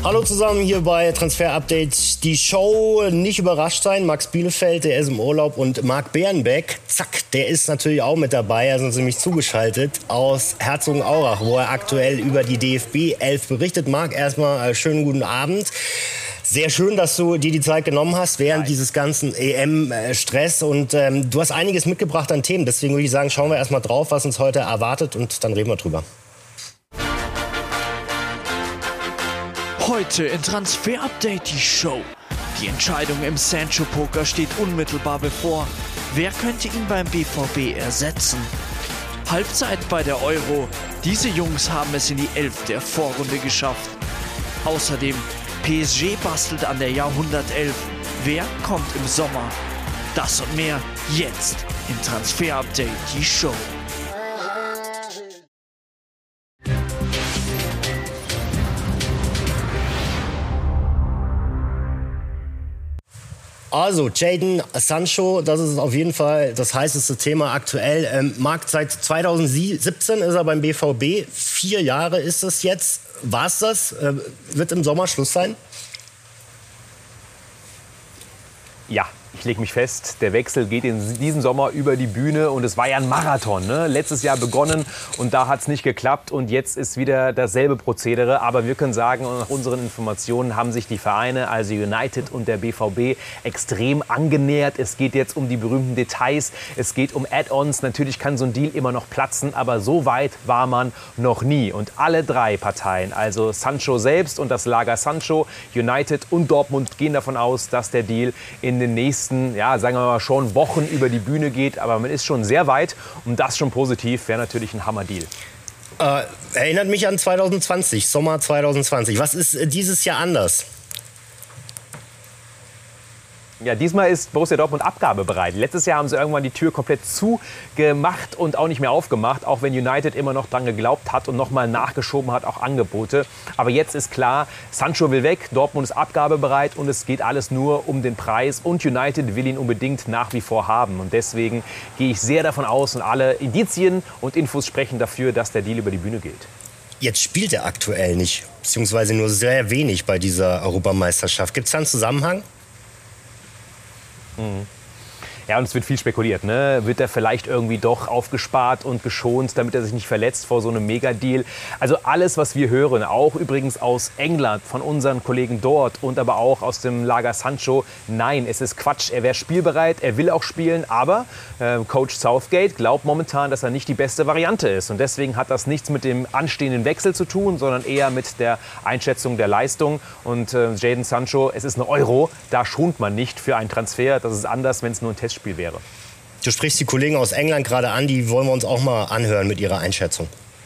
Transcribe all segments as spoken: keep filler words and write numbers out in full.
Hallo zusammen hier bei Transfer Update. Die Show, nicht überrascht sein. Max Bielefeld, der ist im Urlaub, und Marc Bärenbeck, zack, der ist natürlich auch mit dabei. Er ist nämlich zugeschaltet aus Herzogenaurach, wo er aktuell über die D F B elf berichtet. Marc, erstmal schönen guten Abend. Sehr schön, dass du dir die Zeit genommen hast während Nein. dieses ganzen E M-Stress. Und ähm, du hast einiges mitgebracht an Themen. Deswegen würde ich sagen, schauen wir erstmal drauf, was uns heute erwartet, und dann reden wir drüber. Heute in Transfer Update die Show. Die Entscheidung im Sancho-Poker steht unmittelbar bevor. Wer könnte ihn beim B V B ersetzen? Halbzeit bei der Euro. Diese Jungs haben es in die Elf der Vorrunde geschafft. Außerdem P S G bastelt an der Jahrhundertelf. Wer kommt im Sommer? Das und mehr jetzt in Transfer Update die Show. Also, Jadon Sancho, das ist auf jeden Fall das heißeste Thema aktuell. Ähm, Marc, seit zweitausendsiebzehn ist er beim B V B. Vier Jahre ist es jetzt. War's das? Äh, wird im Sommer Schluss sein? Ja. Ich lege mich fest, der Wechsel geht in diesem Sommer über die Bühne, und es war ja ein Marathon, ne? Letztes Jahr begonnen und da hat es nicht geklappt, und jetzt ist wieder dasselbe Prozedere. Aber wir können sagen, nach unseren Informationen haben sich die Vereine, also United und der B V B, extrem angenähert. Es geht jetzt um die berühmten Details, es geht um Add-ons. Natürlich kann so ein Deal immer noch platzen, aber so weit war man noch nie. Und alle drei Parteien, also Sancho selbst und das Lager Sancho, United und Dortmund, gehen davon aus, dass der Deal in den nächsten ja, sagen wir mal, schon Wochen über die Bühne geht. Aber man ist schon sehr weit, und das schon positiv, wäre natürlich ein Hammer-Deal. Äh, erinnert mich an zwanzig zwanzig, Sommer zwanzig zwanzig. Was ist dieses Jahr anders? Ja, diesmal ist Borussia Dortmund abgabebereit. Letztes Jahr haben sie irgendwann die Tür komplett zugemacht und auch nicht mehr aufgemacht, auch wenn United immer noch dran geglaubt hat und noch mal nachgeschoben hat, auch Angebote. Aber jetzt ist klar, Sancho will weg, Dortmund ist abgabebereit, und es geht alles nur um den Preis, und United will ihn unbedingt nach wie vor haben. Und deswegen gehe ich sehr davon aus, und alle Indizien und Infos sprechen dafür, dass der Deal über die Bühne geht. Jetzt spielt er aktuell nicht, beziehungsweise nur sehr wenig bei dieser Europameisterschaft. Gibt es da einen Zusammenhang? Mhm. Ja, und es wird viel spekuliert, ne? Wird er vielleicht irgendwie doch aufgespart und geschont, damit er sich nicht verletzt vor so einem Megadeal? Also alles, was wir hören, auch übrigens aus England von unseren Kollegen dort und aber auch aus dem Lager Sancho, nein, es ist Quatsch. Er wäre spielbereit, er will auch spielen, aber äh, Coach Southgate glaubt momentan, dass er nicht die beste Variante ist. Und deswegen hat das nichts mit dem anstehenden Wechsel zu tun, sondern eher mit der Einschätzung der Leistung. Und äh, Jadon Sancho, es ist eine Euro, da schont man nicht für einen Transfer. Das ist anders, wenn es nur ein Test Spiel wäre. Du sprichst die Kollegen aus England gerade an, die wollen wir uns auch mal anhören mit ihrer Einschätzung.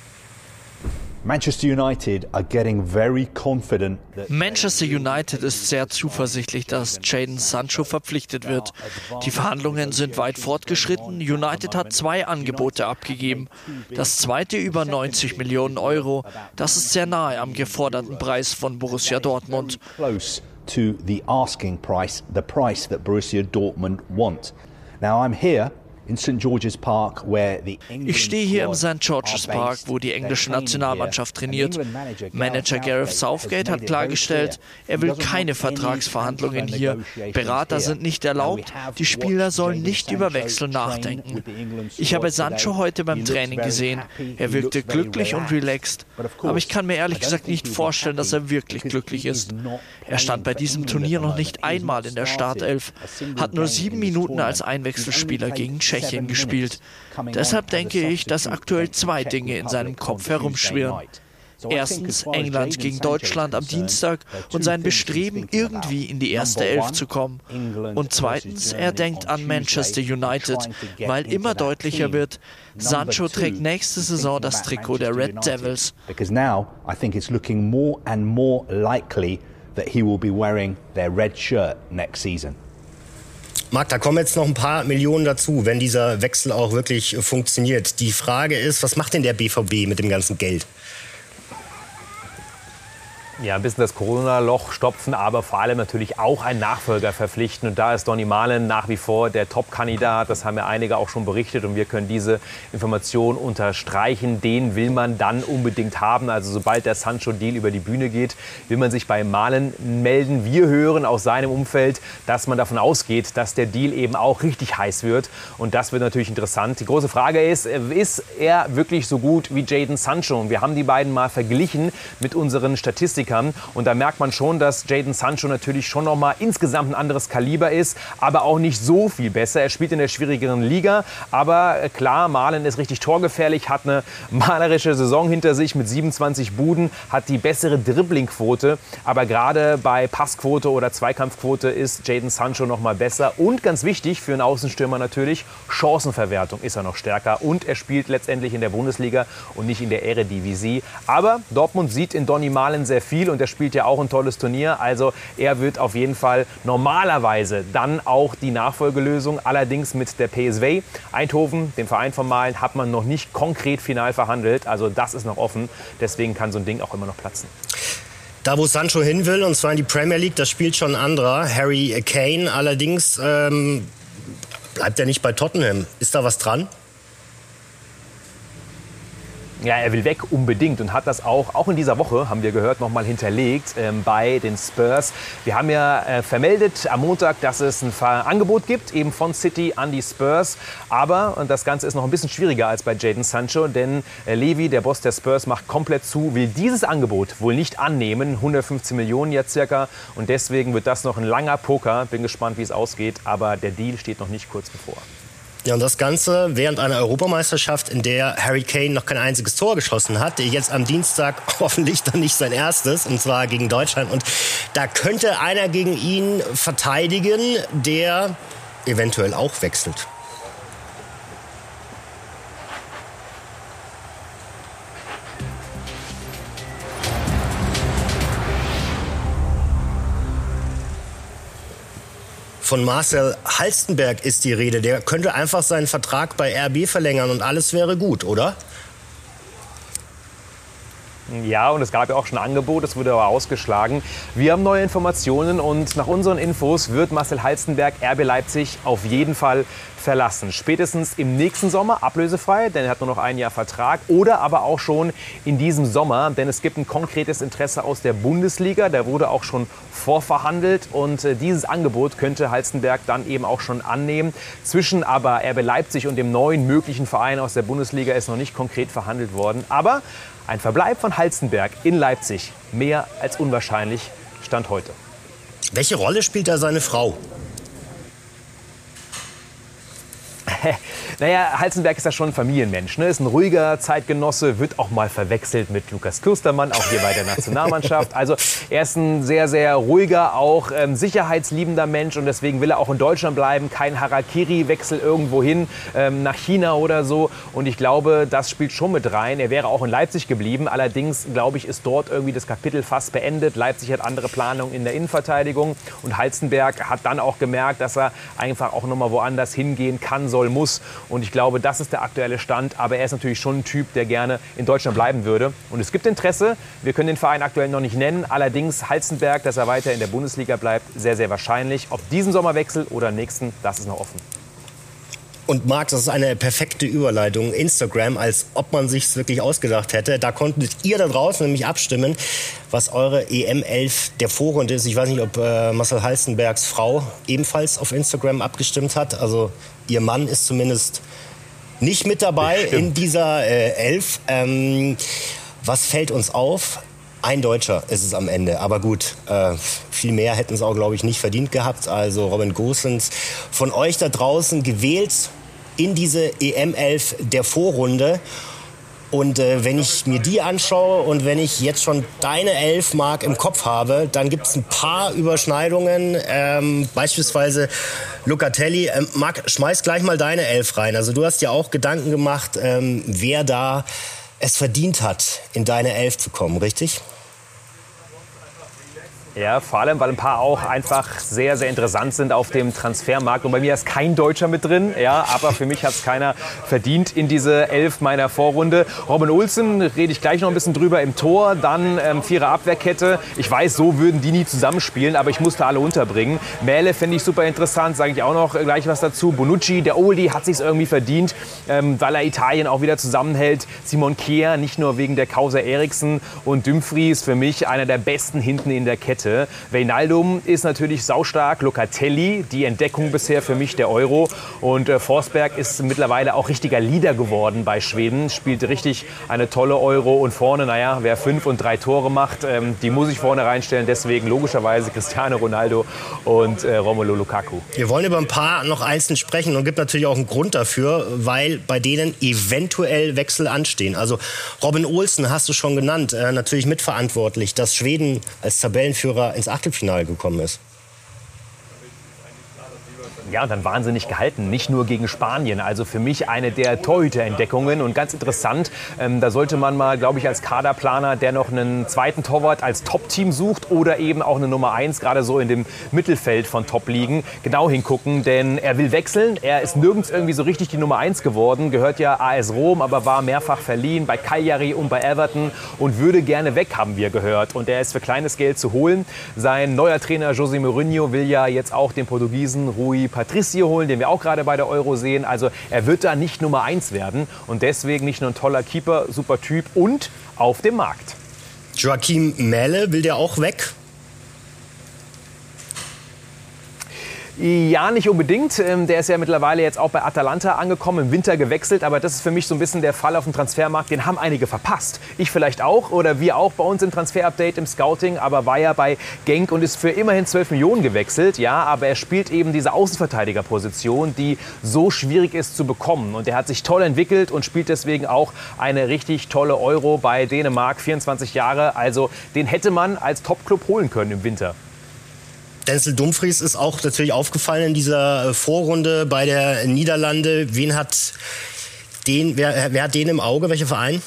Manchester United are getting very confident. Manchester United ist sehr zuversichtlich, dass Jadon Sancho verpflichtet wird. Die Verhandlungen sind weit fortgeschritten. United hat zwei Angebote abgegeben. Das zweite über neunzig Millionen Euro. Das ist sehr nahe am geforderten Preis von Borussia Dortmund. To the asking price, the price that Borussia Dortmund want. Now I'm here in Saint George's Park, where the Ich stehe hier im Saint George's Park, wo die englische Nationalmannschaft trainiert. Manager Gareth Southgate hat klargestellt, er will keine Vertragsverhandlungen hier. Berater sind nicht erlaubt, die Spieler sollen nicht über Wechsel nachdenken. Ich habe Sancho heute beim Training gesehen. Er wirkte glücklich und relaxed. Aber ich kann mir ehrlich gesagt nicht vorstellen, dass er wirklich glücklich ist. Er stand bei diesem Turnier noch nicht einmal in der Startelf, hat nur sieben Minuten als Einwechselspieler gegen Tschechien gespielt. Deshalb denke ich, dass aktuell zwei Dinge in seinem Kopf herumschwirren. Erstens England gegen Deutschland am Dienstag und sein Bestreben, irgendwie in die erste Elf zu kommen. Und zweitens, er denkt an Manchester United, weil immer deutlicher wird, Sancho trägt nächste Saison das Trikot der Red Devils. Because now I think it's looking more and more likely that he will be wearing their red shirt next season. Marc, da kommen jetzt noch ein paar Millionen dazu, wenn dieser Wechsel auch wirklich funktioniert. Die Frage ist, was macht denn der B V B mit dem ganzen Geld? Ja, ein bisschen das Corona-Loch stopfen, aber vor allem natürlich auch einen Nachfolger verpflichten. Und da ist Donny Malen nach wie vor der Top-Kandidat. Das haben ja einige auch schon berichtet und wir können diese Information unterstreichen. Den will man dann unbedingt haben. Also sobald der Sancho-Deal über die Bühne geht, will man sich bei Malen melden. Wir hören aus seinem Umfeld, dass man davon ausgeht, dass der Deal eben auch richtig heiß wird. Und das wird natürlich interessant. Die große Frage ist, ist er wirklich so gut wie Jadon Sancho? Und wir haben die beiden mal verglichen mit unseren Statistikern. Und da merkt man schon, dass Jadon Sancho natürlich schon noch mal insgesamt ein anderes Kaliber ist, aber auch nicht so viel besser. Er spielt in der schwierigeren Liga, aber klar, Malen ist richtig torgefährlich, hat eine malerische Saison hinter sich mit siebenundzwanzig Buden, hat die bessere Dribblingquote, aber gerade bei Passquote oder Zweikampfquote ist Jadon Sancho noch mal besser und ganz wichtig für einen Außenstürmer natürlich, Chancenverwertung ist er noch stärker und er spielt letztendlich in der Bundesliga und nicht in der Eredivisie. Aber Dortmund sieht in Donny Malen sehr viel und er spielt ja auch ein tolles Turnier. Also er wird auf jeden Fall normalerweise dann auch die Nachfolgelösung. Allerdings mit der P S V Eindhoven, dem Verein von Malen, hat man noch nicht konkret final verhandelt. Also das ist noch offen. Deswegen kann so ein Ding auch immer noch platzen. Da, wo Sancho hin will, und zwar in die Premier League, das spielt schon ein anderer, Harry Kane. Allerdings ähm, bleibt er nicht bei Tottenham. Ist da was dran? Ja, er will weg unbedingt und hat das auch, auch in dieser Woche, haben wir gehört, noch mal hinterlegt ähm, bei den Spurs. Wir haben ja äh, vermeldet am Montag, dass es ein Ver- Angebot gibt, eben von City an die Spurs. Aber, und das Ganze ist noch ein bisschen schwieriger als bei Jadon Sancho, denn äh, Levy, der Boss der Spurs, macht komplett zu, will dieses Angebot wohl nicht annehmen, hundertfünfzehn Millionen jetzt circa. Und deswegen wird das noch ein langer Poker. Bin gespannt, wie es ausgeht, aber der Deal steht noch nicht kurz bevor. Ja, und das Ganze während einer Europameisterschaft, in der Harry Kane noch kein einziges Tor geschossen hat. Jetzt am Dienstag hoffentlich dann nicht sein erstes, und zwar gegen Deutschland. Und da könnte einer gegen ihn verteidigen, der eventuell auch wechselt. Von Marcel Halstenberg ist die Rede. Der könnte einfach seinen Vertrag bei R B verlängern und alles wäre gut, oder? Ja, und es gab ja auch schon ein Angebot, das wurde aber ausgeschlagen. Wir haben neue Informationen und nach unseren Infos wird Marcel Halstenberg R B Leipzig auf jeden Fall verlassen. Spätestens im nächsten Sommer, ablösefrei, denn er hat nur noch ein Jahr Vertrag, oder aber auch schon in diesem Sommer, denn es gibt ein konkretes Interesse aus der Bundesliga, der wurde auch schon vorverhandelt und äh, dieses Angebot könnte Halstenberg dann eben auch schon annehmen. Zwischen aber R B Leipzig und dem neuen möglichen Verein aus der Bundesliga ist noch nicht konkret verhandelt worden, aber ein Verbleib von Halstenberg in Leipzig mehr als unwahrscheinlich, Stand heute. Welche Rolle spielt da seine Frau? Naja, Halstenberg ist ja schon ein Familienmensch, ne? Ist ein ruhiger Zeitgenosse, wird auch mal verwechselt mit Lukas Klostermann, auch hier bei der Nationalmannschaft. Also er ist ein sehr, sehr ruhiger, auch ähm, sicherheitsliebender Mensch und deswegen will er auch in Deutschland bleiben. Kein Harakiri-Wechsel irgendwo hin, ähm, nach China oder so. Und ich glaube, das spielt schon mit rein. Er wäre auch in Leipzig geblieben. Allerdings, glaube ich, ist dort irgendwie das Kapitel fast beendet. Leipzig hat andere Planungen in der Innenverteidigung und Halstenberg hat dann auch gemerkt, dass er einfach auch nochmal woanders hingehen kann, soll, muss. Und ich glaube, das ist der aktuelle Stand. Aber er ist natürlich schon ein Typ, der gerne in Deutschland bleiben würde. Und es gibt Interesse. Wir können den Verein aktuell noch nicht nennen. Allerdings Halstenberg, dass er weiter in der Bundesliga bleibt, sehr, sehr wahrscheinlich. Ob diesen Sommerwechsel oder nächsten, das ist noch offen. Und Marc, das ist eine perfekte Überleitung. Instagram, als ob man sich's wirklich ausgedacht hätte. Da konntet ihr da draußen nämlich abstimmen, was eure E M elf der Vorrunde ist. Ich weiß nicht, ob äh, Marcel Halstenbergs Frau ebenfalls auf Instagram abgestimmt hat. Also ihr Mann ist zumindest nicht mit dabei Bestimmt. in dieser äh, Elf. Ähm, was fällt uns auf? Ein Deutscher ist es am Ende. Aber gut, äh, viel mehr hätten es auch, glaube ich, nicht verdient gehabt. Also Robin Gosens von euch da draußen gewählt in diese E M elf der Vorrunde. Und äh, wenn ich mir die anschaue und wenn ich jetzt schon deine Elf, Marc, im Kopf habe, dann gibt es ein paar Überschneidungen. Ähm, beispielsweise Locatelli. Ähm, Marc, schmeiß gleich mal deine Elf rein. Also du hast dir auch Gedanken gemacht, ähm, wer da es verdient hat, in deine Elf zu kommen, richtig? Ja, vor allem, weil ein paar auch einfach sehr, sehr interessant sind auf dem Transfermarkt. Und bei mir ist kein Deutscher mit drin, ja, aber für mich hat es keiner verdient in diese Elf meiner Vorrunde. Robin Olsen, rede ich gleich noch ein bisschen drüber, im Tor, dann ähm, Vierer Abwehrkette. Ich weiß, so würden die nie zusammenspielen, aber ich musste alle unterbringen. Mähle fände ich super interessant, sage ich auch noch gleich was dazu. Bonucci, der Oldie, hat sich irgendwie verdient, ähm, weil er Italien auch wieder zusammenhält. Simon Kjær, nicht nur wegen der Causa Eriksen, und Dumfries für mich einer der besten hinten in der Kette. Wijnaldum ist natürlich saustark, Locatelli, die Entdeckung bisher für mich der Euro. Und äh, Forsberg ist mittlerweile auch richtiger Leader geworden bei Schweden, spielt richtig eine tolle Euro. Und vorne, naja, wer fünf und drei Tore macht, ähm, die muss ich vorne reinstellen. Deswegen logischerweise Cristiano Ronaldo und äh, Romelu Lukaku. Wir wollen über ein paar noch einzeln sprechen und gibt natürlich auch einen Grund dafür, weil bei denen eventuell Wechsel anstehen. Also Robin Olsen hast du schon genannt, äh, natürlich mitverantwortlich, dass Schweden als Tabellenführer ins Achtelfinale gekommen ist. Ja, und dann wahnsinnig gehalten, nicht nur gegen Spanien. Also für mich eine der Torhüterentdeckungen und ganz interessant, ähm, da sollte man mal, glaube ich, als Kaderplaner, der noch einen zweiten Torwart als Top-Team sucht oder eben auch eine Nummer eins, gerade so in dem Mittelfeld von Top-Ligen, genau hingucken, denn er will wechseln. Er ist nirgends irgendwie so richtig die Nummer eins geworden, gehört ja A S Rom, aber war mehrfach verliehen bei Cagliari und bei Everton und würde gerne weg, haben wir gehört. Und er ist für kleines Geld zu holen. Sein neuer Trainer José Mourinho will ja jetzt auch den Portugiesen Rui Patricio holen, den wir auch gerade bei der Euro sehen. Also er wird da nicht Nummer eins werden und deswegen nicht nur ein toller Keeper, super Typ und auf dem Markt. Joachim Mähle, will der auch weg? Ja, nicht unbedingt. Der ist ja mittlerweile jetzt auch bei Atalanta angekommen, im Winter gewechselt. Aber das ist für mich so ein bisschen der Fall auf dem Transfermarkt. Den haben einige verpasst. Ich vielleicht auch oder wir auch bei uns im Transfer-Update im Scouting. Aber war ja bei Genk und ist für immerhin zwölf Millionen gewechselt. Ja, aber er spielt eben diese Außenverteidigerposition, die so schwierig ist zu bekommen. Und er hat sich toll entwickelt und spielt deswegen auch eine richtig tolle Euro bei Dänemark, vierundzwanzig Jahre. Also den hätte man als Top-Club holen können im Winter. Denzel Dumfries ist auch natürlich aufgefallen in dieser Vorrunde bei der Niederlande. Wen hat den, wer, wer hat den im Auge? Welcher Verein?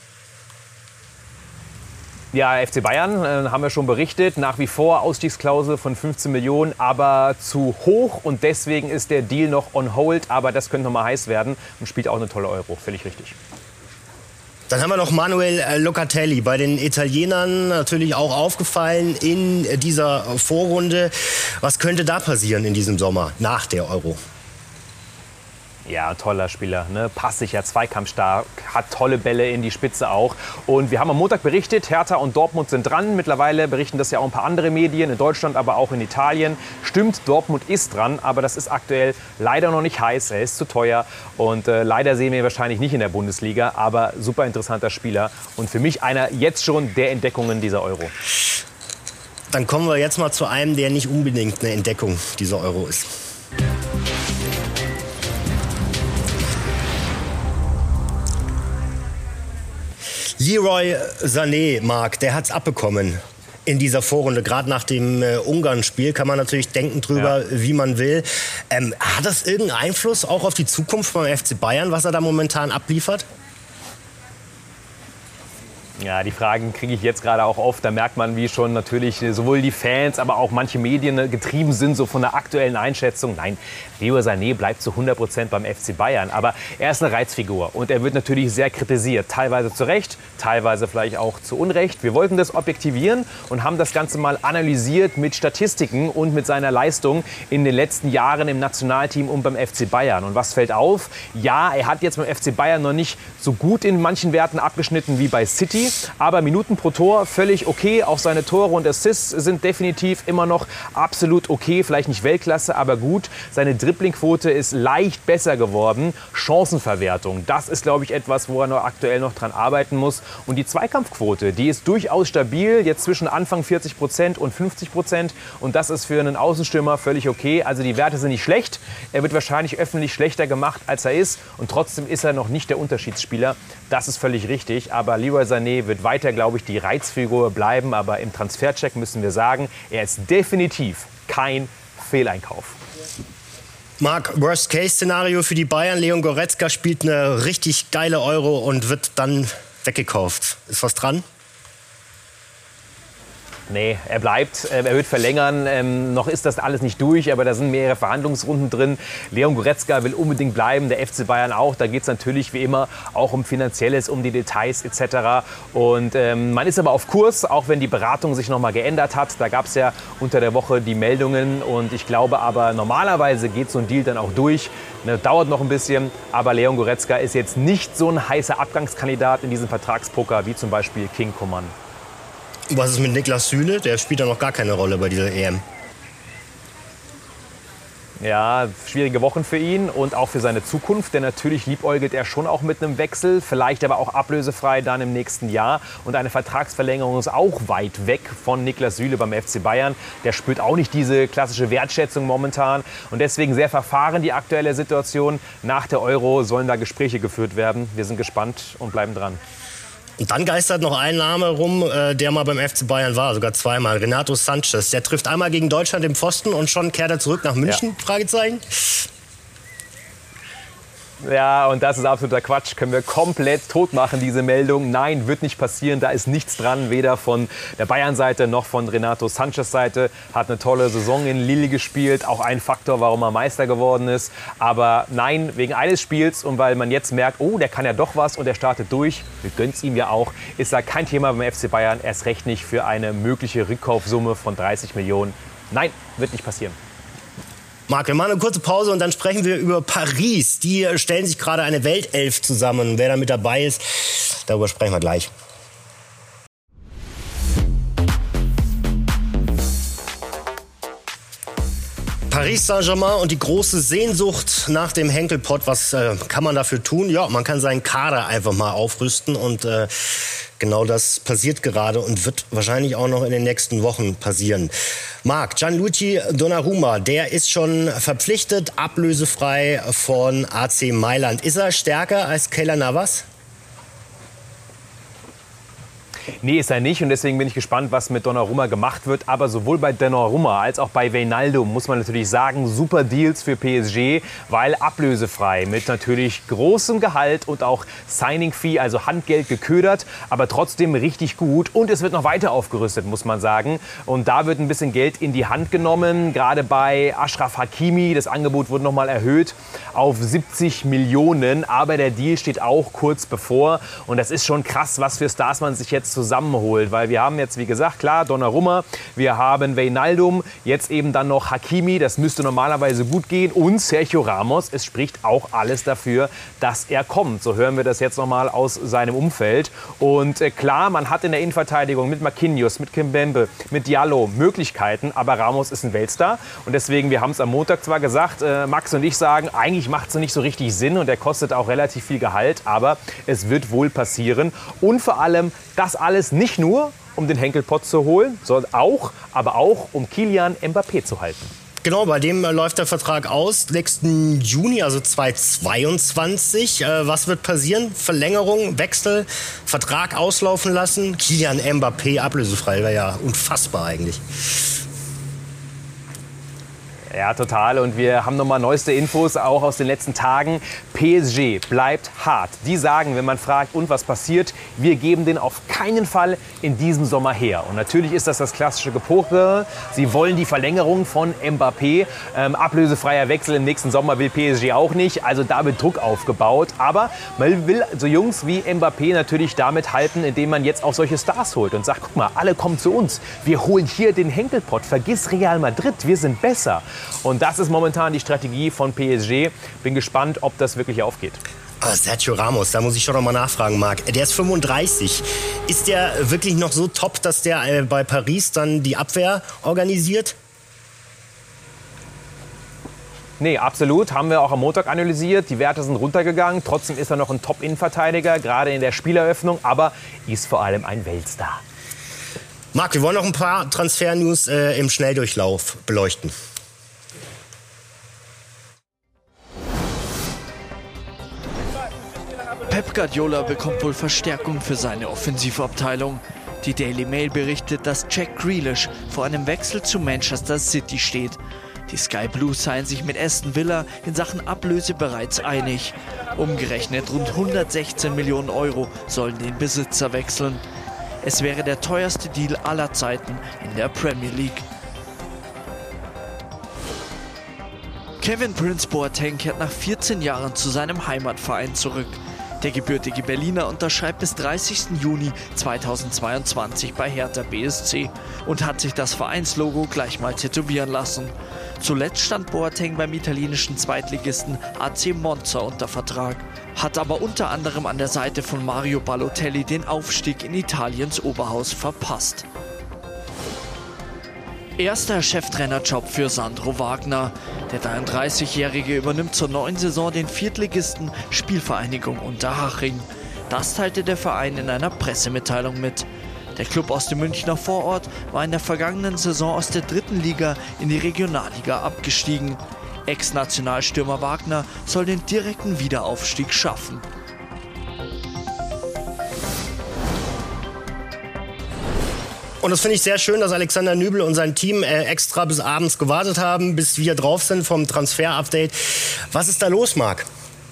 Ja, F C Bayern, äh, haben wir schon berichtet. Nach wie vor Ausstiegsklausel von fünfzehn Millionen, aber zu hoch. Und deswegen ist der Deal noch on hold. Aber das könnte noch mal heiß werden und spielt auch eine tolle Euro. Völlig richtig. Dann haben wir noch Manuel Locatelli, bei den Italienern natürlich auch aufgefallen in dieser Vorrunde. Was könnte da passieren in diesem Sommer nach der Euro? Ja, toller Spieler, ne? Passsicher, zweikampfstark, hat tolle Bälle in die Spitze auch. Und wir haben am Montag berichtet, Hertha und Dortmund sind dran. Mittlerweile berichten das ja auch ein paar andere Medien, in Deutschland, aber auch in Italien. Stimmt, Dortmund ist dran, aber das ist aktuell leider noch nicht heiß. Er ist zu teuer und äh, leider sehen wir ihn wahrscheinlich nicht in der Bundesliga. Aber super interessanter Spieler und für mich einer jetzt schon der Entdeckungen dieser Euro. Dann kommen wir jetzt mal zu einem, der nicht unbedingt eine Entdeckung dieser Euro ist. Leroy Sané, Marc, der hat's abbekommen in dieser Vorrunde. Gerade nach dem äh, Ungarn-Spiel kann man natürlich denken drüber, ja, wie man will. Ähm, hat das irgendeinen Einfluss auch auf die Zukunft beim F C Bayern, was er da momentan abliefert? Ja, die Fragen kriege ich jetzt gerade auch oft. Da merkt man, wie schon natürlich sowohl die Fans, aber auch manche Medien getrieben sind, so von der aktuellen Einschätzung. Nein, Leroy Sané bleibt zu hundert Prozent beim F C Bayern. Aber er ist eine Reizfigur und er wird natürlich sehr kritisiert. Teilweise zu Recht, teilweise vielleicht auch zu Unrecht. Wir wollten das objektivieren und haben das Ganze mal analysiert mit Statistiken und mit seiner Leistung in den letzten Jahren im Nationalteam und beim F C Bayern. Und was fällt auf? Ja, er hat jetzt beim F C Bayern noch nicht so gut in manchen Werten abgeschnitten wie bei City. Aber Minuten pro Tor völlig okay. Auch seine Tore und Assists sind definitiv immer noch absolut okay. Vielleicht nicht Weltklasse, aber gut. Seine Dribblingquote ist leicht besser geworden. Chancenverwertung, das ist, glaube ich, etwas, wo er noch aktuell noch dran arbeiten muss. Und die Zweikampfquote, die ist durchaus stabil. Jetzt zwischen Anfang vierzig Prozent und fünfzig Prozent. Und das ist für einen Außenstürmer völlig okay. Also die Werte sind nicht schlecht. Er wird wahrscheinlich öffentlich schlechter gemacht, als er ist. Und trotzdem ist er noch nicht der Unterschiedsspieler. Das ist völlig richtig. Aber Leroy Sané wird weiter, glaube ich, die Reizfigur bleiben. Aber im Transfercheck müssen wir sagen, er ist definitiv kein Fehleinkauf. Marc, Worst-Case-Szenario für die Bayern. Leon Goretzka spielt eine richtig geile Euro und wird dann weggekauft. Ist was dran? Nee, er bleibt, äh, er wird verlängern. Ähm, noch ist das alles nicht durch, aber da sind mehrere Verhandlungsrunden drin. Leon Goretzka will unbedingt bleiben, der F C Bayern auch. Da geht es natürlich wie immer auch um Finanzielles, um die Details et cetera. Und ähm, man ist aber auf Kurs, auch wenn die Beratung sich noch mal geändert hat. Da gab es ja unter der Woche die Meldungen und ich glaube aber, normalerweise geht so ein Deal dann auch durch. Ne, dauert noch ein bisschen, aber Leon Goretzka ist jetzt nicht so ein heißer Abgangskandidat in diesem Vertragspoker wie zum Beispiel King Coman. Was ist mit Niklas Süle? Der spielt ja noch gar keine Rolle bei dieser E M. Ja, schwierige Wochen für ihn und auch für seine Zukunft, denn natürlich liebäugelt er schon auch mit einem Wechsel, vielleicht aber auch ablösefrei dann im nächsten Jahr. Und eine Vertragsverlängerung ist auch weit weg von Niklas Süle beim F C Bayern. Der spürt auch nicht diese klassische Wertschätzung momentan und deswegen sehr verfahren die aktuelle Situation. Nach der Euro sollen da Gespräche geführt werden. Wir sind gespannt und bleiben dran. Und dann geistert noch ein Name rum, äh, der mal beim F C Bayern war, sogar zweimal. Renato Sanchez. Der trifft einmal gegen Deutschland im Pfosten und schon kehrt er zurück nach München? Ja. Fragezeichen. Ja, und das ist absoluter Quatsch. Können wir komplett tot machen, diese Meldung. Nein, wird nicht passieren. Da ist nichts dran, weder von der Bayern-Seite noch von Renato Sanchez Seite. Hat eine tolle Saison in Lille gespielt. Auch ein Faktor, warum er Meister geworden ist. Aber nein, wegen eines Spiels und weil man jetzt merkt, oh, der kann ja doch was und der startet durch. Wir gönnen es ihm ja auch. Ist da kein Thema beim F C Bayern. Erst recht nicht für eine mögliche Rückkaufsumme von dreißig Millionen. Nein, wird nicht passieren. Marc, wir machen eine kurze Pause und dann sprechen wir über Paris. Die stellen sich gerade eine Weltelf zusammen. Wer da mit dabei ist, darüber sprechen wir gleich. Paris Saint-Germain und die große Sehnsucht nach dem Henkelpott. Was äh, kann man dafür tun? Ja, man kann seinen Kader einfach mal aufrüsten und äh, genau das passiert gerade und wird wahrscheinlich auch noch in den nächsten Wochen passieren. Marc, Gianluigi Donnarumma, der ist schon verpflichtet, ablösefrei von A C Mailand. Ist er stärker als Keylor Navas? Nee, ist er nicht und deswegen bin ich gespannt, was mit Donnarumma gemacht wird. Aber sowohl bei Donnarumma als auch bei Wijnaldum muss man natürlich sagen, super Deals für P S G, weil ablösefrei mit natürlich großem Gehalt und auch Signing-Fee, also Handgeld geködert, aber trotzdem richtig gut. Und es wird noch weiter aufgerüstet, muss man sagen. Und da wird ein bisschen Geld in die Hand genommen, gerade bei Achraf Hakimi. Das Angebot wurde noch mal erhöht auf siebzig Millionen, aber der Deal steht auch kurz bevor. Und das ist schon krass, was für Stars man sich jetzt zusammenholt, weil wir haben jetzt, wie gesagt, klar, Donnarumma, wir haben Wijnaldum, jetzt eben dann noch Hakimi, das müsste normalerweise gut gehen und Sergio Ramos, es spricht auch alles dafür, dass er kommt. So hören wir das jetzt nochmal aus seinem Umfeld und äh, klar, man hat in der Innenverteidigung mit Marquinhos, mit Kimpembe, mit Diallo Möglichkeiten, aber Ramos ist ein Weltstar und deswegen, wir haben es am Montag zwar gesagt, äh, Max und ich sagen, eigentlich macht es nicht so richtig Sinn und er kostet auch relativ viel Gehalt, aber es wird wohl passieren und vor allem, das alles nicht nur, um den Henkelpott zu holen, sondern auch, aber auch, um Kylian Mbappé zu halten. Genau, bei dem äh, läuft der Vertrag aus, nächsten Juni, also zweitausendzweiundzwanzig. Äh, was wird passieren? Verlängerung, Wechsel, Vertrag auslaufen lassen? Kylian Mbappé ablösefrei, wäre ja unfassbar eigentlich. Ja, total. Und wir haben nochmal neueste Infos, auch aus den letzten Tagen. P S G bleibt hart. Die sagen, wenn man fragt, und was passiert, wir geben den auf keinen Fall in diesem Sommer her. Und natürlich ist das das klassische Gepoche. Sie wollen die Verlängerung von Mbappé. Ähm, ablösefreier Wechsel im nächsten Sommer will P S G auch nicht. Also da wird Druck aufgebaut. Aber man will so Jungs wie Mbappé natürlich damit halten, indem man jetzt auch solche Stars holt und sagt, guck mal, alle kommen zu uns. Wir holen hier den Henkelpott. Vergiss Real Madrid, wir sind besser. Und das ist momentan die Strategie von P S G. Bin gespannt, ob das wirklich aufgeht. Ah, Sergio Ramos, da muss ich schon noch mal nachfragen, Marc. Der ist fünfunddreißig. Ist der wirklich noch so top, dass der äh, bei Paris dann die Abwehr organisiert? Nee, absolut. Haben wir auch am Montag analysiert. Die Werte sind runtergegangen. Trotzdem ist er noch ein Top-Innenverteidiger, gerade in der Spieleröffnung. Aber ist vor allem ein Weltstar. Marc, wir wollen noch ein paar Transfer-News äh, im Schnelldurchlauf beleuchten. Pep Guardiola bekommt wohl Verstärkung für seine Offensivabteilung. Die Daily Mail berichtet, dass Jack Grealish vor einem Wechsel zu Manchester City steht. Die Sky Blues seien sich mit Aston Villa in Sachen Ablöse bereits einig. Umgerechnet rund hundertsechzehn Millionen Euro sollen den Besitzer wechseln. Es wäre der teuerste Deal aller Zeiten in der Premier League. Kevin Prince Boateng kehrt nach vierzehn Jahren zu seinem Heimatverein zurück. Der gebürtige Berliner unterschreibt bis dreißigsten Juni zweitausendzweiundzwanzig bei Hertha B S C und hat sich das Vereinslogo gleich mal tätowieren lassen. Zuletzt stand Boateng beim italienischen Zweitligisten A C Monza unter Vertrag, hat aber unter anderem an der Seite von Mario Balotelli den Aufstieg in Italiens Oberhaus verpasst. Erster Cheftrainerjob für Sandro Wagner. Der dreiunddreißigjährige übernimmt zur neuen Saison den Viertligisten Spielvereinigung Unterhaching. Das teilte der Verein in einer Pressemitteilung mit. Der Klub aus dem Münchner Vorort war in der vergangenen Saison aus der dritten Liga in die Regionalliga abgestiegen. Ex-Nationalstürmer Wagner soll den direkten Wiederaufstieg schaffen. Und das finde ich sehr schön, dass Alexander Nübel und sein Team äh, extra bis abends gewartet haben, bis wir drauf sind vom Transfer-Update. Was ist da los, Marc?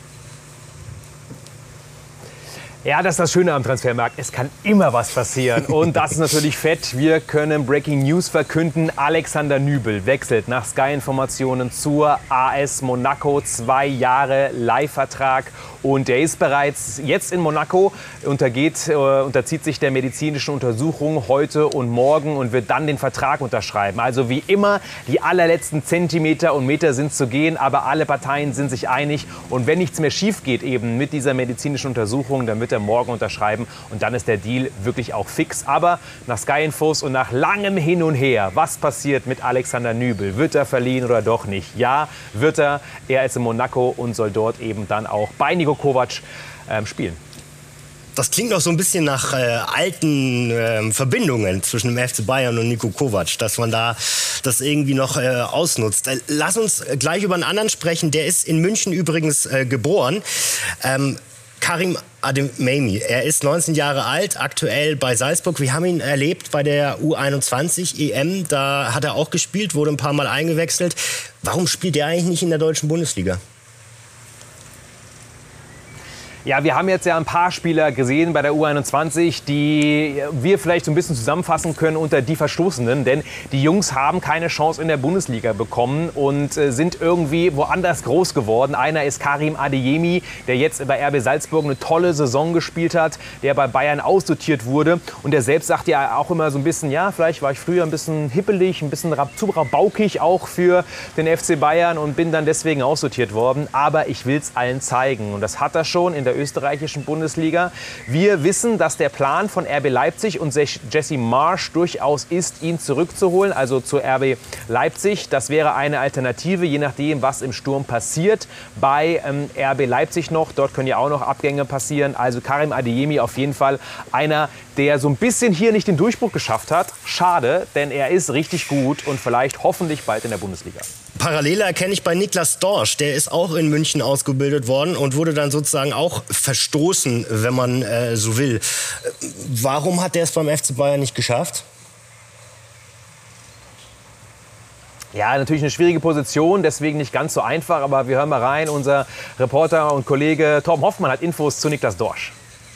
Ja, das ist das Schöne am Transfermarkt. Es kann immer was passieren. Und das ist natürlich fett. Wir können Breaking News verkünden. Alexander Nübel wechselt nach Sky-Informationen zur A S Monaco. Zwei Jahre Leihvertrag. Und er ist bereits jetzt in Monaco, untergeht, äh, unterzieht sich der medizinischen Untersuchung heute und morgen und wird dann den Vertrag unterschreiben. Also wie immer, die allerletzten Zentimeter und Meter sind zu gehen, aber alle Parteien sind sich einig. Und wenn nichts mehr schief geht eben mit dieser medizinischen Untersuchung, dann wird er morgen unterschreiben und dann ist der Deal wirklich auch fix. Aber nach Sky-Infos und nach langem Hin und Her, was passiert mit Alexander Nübel? Wird er verliehen oder doch nicht? Ja, wird er. Er ist in Monaco und soll dort eben dann auch bei Niko Kovac ähm, spielen. Das klingt auch so ein bisschen nach äh, alten äh, Verbindungen zwischen dem F C Bayern und Niko Kovac, dass man da das irgendwie noch äh, ausnutzt. Äh, lass uns gleich über einen anderen sprechen. Der ist in München übrigens äh, geboren. Ähm, Karim Adeyemi. Er ist neunzehn Jahre alt, aktuell bei Salzburg. Wir haben ihn erlebt bei der U einundzwanzig E M. Da hat er auch gespielt, wurde ein paar Mal eingewechselt. Warum spielt er eigentlich nicht in der deutschen Bundesliga? Ja, wir haben jetzt ja ein paar Spieler gesehen bei der U einundzwanzig, die wir vielleicht so ein bisschen zusammenfassen können unter die Verstoßenen. Denn die Jungs haben keine Chance in der Bundesliga bekommen und äh, sind irgendwie woanders groß geworden. Einer ist Karim Adeyemi, der jetzt bei R B Salzburg eine tolle Saison gespielt hat, der bei Bayern ausdotiert wurde. Und der selbst sagt ja auch immer so ein bisschen, ja, vielleicht war ich früher ein bisschen hippelig, ein bisschen zu rabaukig auch für den F C Bayern und bin dann deswegen ausdotiert worden. Aber ich will es allen zeigen. Und das hat er schon in der österreichischen Bundesliga. Wir wissen, dass der Plan von R B Leipzig und Jesse Marsch durchaus ist, ihn zurückzuholen, also zu R B Leipzig. Das wäre eine Alternative, je nachdem, was im Sturm passiert. Bei ähm, R B Leipzig noch, dort können ja auch noch Abgänge passieren. Also Karim Adeyemi auf jeden Fall einer, der so ein bisschen hier nicht den Durchbruch geschafft hat. Schade, denn er ist richtig gut und vielleicht hoffentlich bald in der Bundesliga. Parallele erkenne ich bei Niklas Dorsch. Der ist auch in München ausgebildet worden und wurde dann sozusagen auch verstoßen, wenn man äh, so will. Warum hat der es beim F C Bayern nicht geschafft? Ja, natürlich eine schwierige Position, deswegen nicht ganz so einfach. Aber wir hören mal rein. Unser Reporter und Kollege Torben Hoffmann hat Infos zu Niklas Dorsch.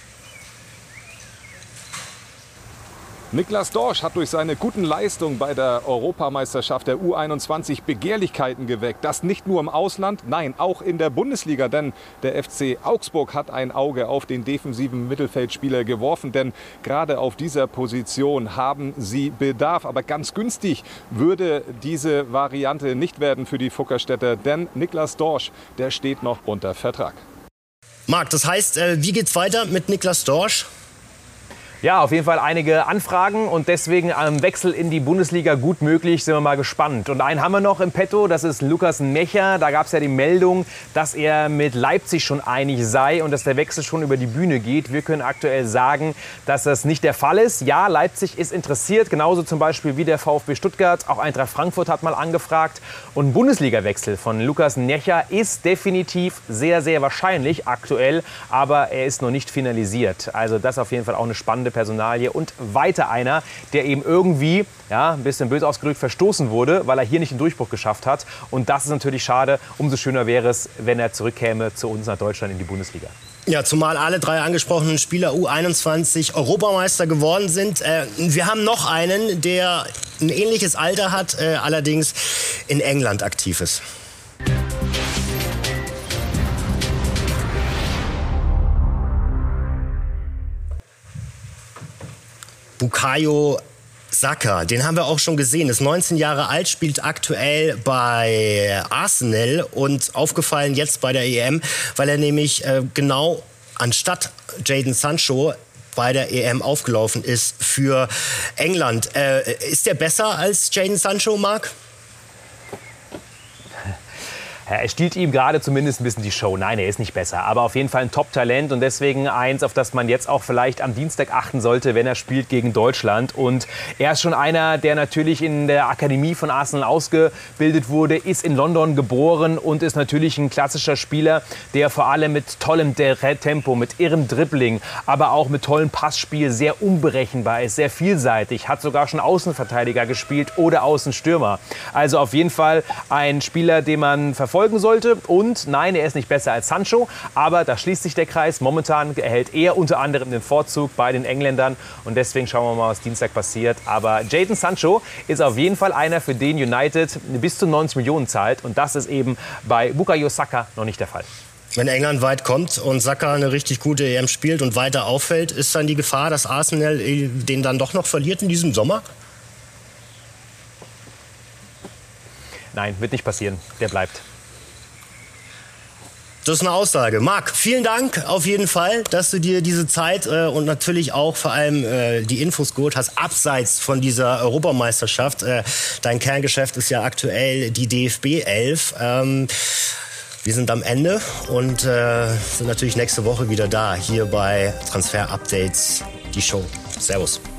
Niklas Dorsch hat durch seine guten Leistungen bei der Europameisterschaft der U einundzwanzig Begehrlichkeiten geweckt. Das nicht nur im Ausland, nein, auch in der Bundesliga. Denn der F C Augsburg hat ein Auge auf den defensiven Mittelfeldspieler geworfen. Denn gerade auf dieser Position haben sie Bedarf. Aber ganz günstig würde diese Variante nicht werden für die Fuggerstädter. Denn Niklas Dorsch, der steht noch unter Vertrag. Marc, das heißt, äh, wie geht's weiter mit Niklas Dorsch? Ja, auf jeden Fall einige Anfragen und deswegen am Wechsel in die Bundesliga gut möglich, sind wir mal gespannt. Und einen haben wir noch im Petto, das ist Lukas Necher. Da gab es ja die Meldung, dass er mit Leipzig schon einig sei und dass der Wechsel schon über die Bühne geht. Wir können aktuell sagen, dass das nicht der Fall ist. Ja, Leipzig ist interessiert, genauso zum Beispiel wie der VfB Stuttgart. Auch Eintracht Frankfurt hat mal angefragt. Und ein Bundesliga-Wechsel von Lukas Necher ist definitiv sehr, sehr wahrscheinlich aktuell, aber er ist noch nicht finalisiert. Also das ist auf jeden Fall auch eine spannende spannende Personalie und weiter einer, der eben irgendwie, ja, ein bisschen böse ausgedrückt, verstoßen wurde, weil er hier nicht den Durchbruch geschafft hat. Und das ist natürlich schade. Umso schöner wäre es, wenn er zurückkäme zu uns nach Deutschland in die Bundesliga. Ja, zumal alle drei angesprochenen Spieler U einundzwanzig Europameister geworden sind. Äh, wir haben noch einen, der ein ähnliches Alter hat, äh, allerdings in England aktiv ist. Bukayo Saka, den haben wir auch schon gesehen, ist neunzehn Jahre alt, spielt aktuell bei Arsenal und aufgefallen jetzt bei der E M, weil er nämlich äh, genau anstatt Jadon Sancho bei der E M aufgelaufen ist für England. Äh, ist der besser als Jadon Sancho, Marc? Er stiehlt ihm gerade zumindest ein bisschen die Show. Nein, er ist nicht besser, aber auf jeden Fall ein Top-Talent und deswegen eins, auf das man jetzt auch vielleicht am Dienstag achten sollte, wenn er spielt gegen Deutschland. Und er ist schon einer, der natürlich in der Akademie von Arsenal ausgebildet wurde, ist in London geboren und ist natürlich ein klassischer Spieler, der vor allem mit tollem Tempo, mit irrem Dribbling, aber auch mit tollem Passspiel sehr unberechenbar ist, sehr vielseitig, hat sogar schon Außenverteidiger gespielt oder Außenstürmer. Also auf jeden Fall ein Spieler, den man verfolgt sollte. Und nein, er ist nicht besser als Sancho, aber da schließt sich der Kreis. Momentan erhält er unter anderem den Vorzug bei den Engländern und deswegen schauen wir mal, was Dienstag passiert. Aber Jadon Sancho ist auf jeden Fall einer, für den United bis zu neunzig Millionen zahlt und das ist eben bei Bukayo Saka noch nicht der Fall. Wenn England weit kommt und Saka eine richtig gute E M spielt und weiter auffällt, ist dann die Gefahr, dass Arsenal den dann doch noch verliert in diesem Sommer? Nein, wird nicht passieren. Der bleibt. Das ist eine Aussage. Marc, vielen Dank auf jeden Fall, dass du dir diese Zeit äh, und natürlich auch vor allem äh, die Infos geholt hast, abseits von dieser Europameisterschaft. Äh, dein Kerngeschäft ist ja aktuell die D F B elf. Ähm, wir sind am Ende und äh, sind natürlich nächste Woche wieder da, hier bei Transfer Updates, die Show. Servus.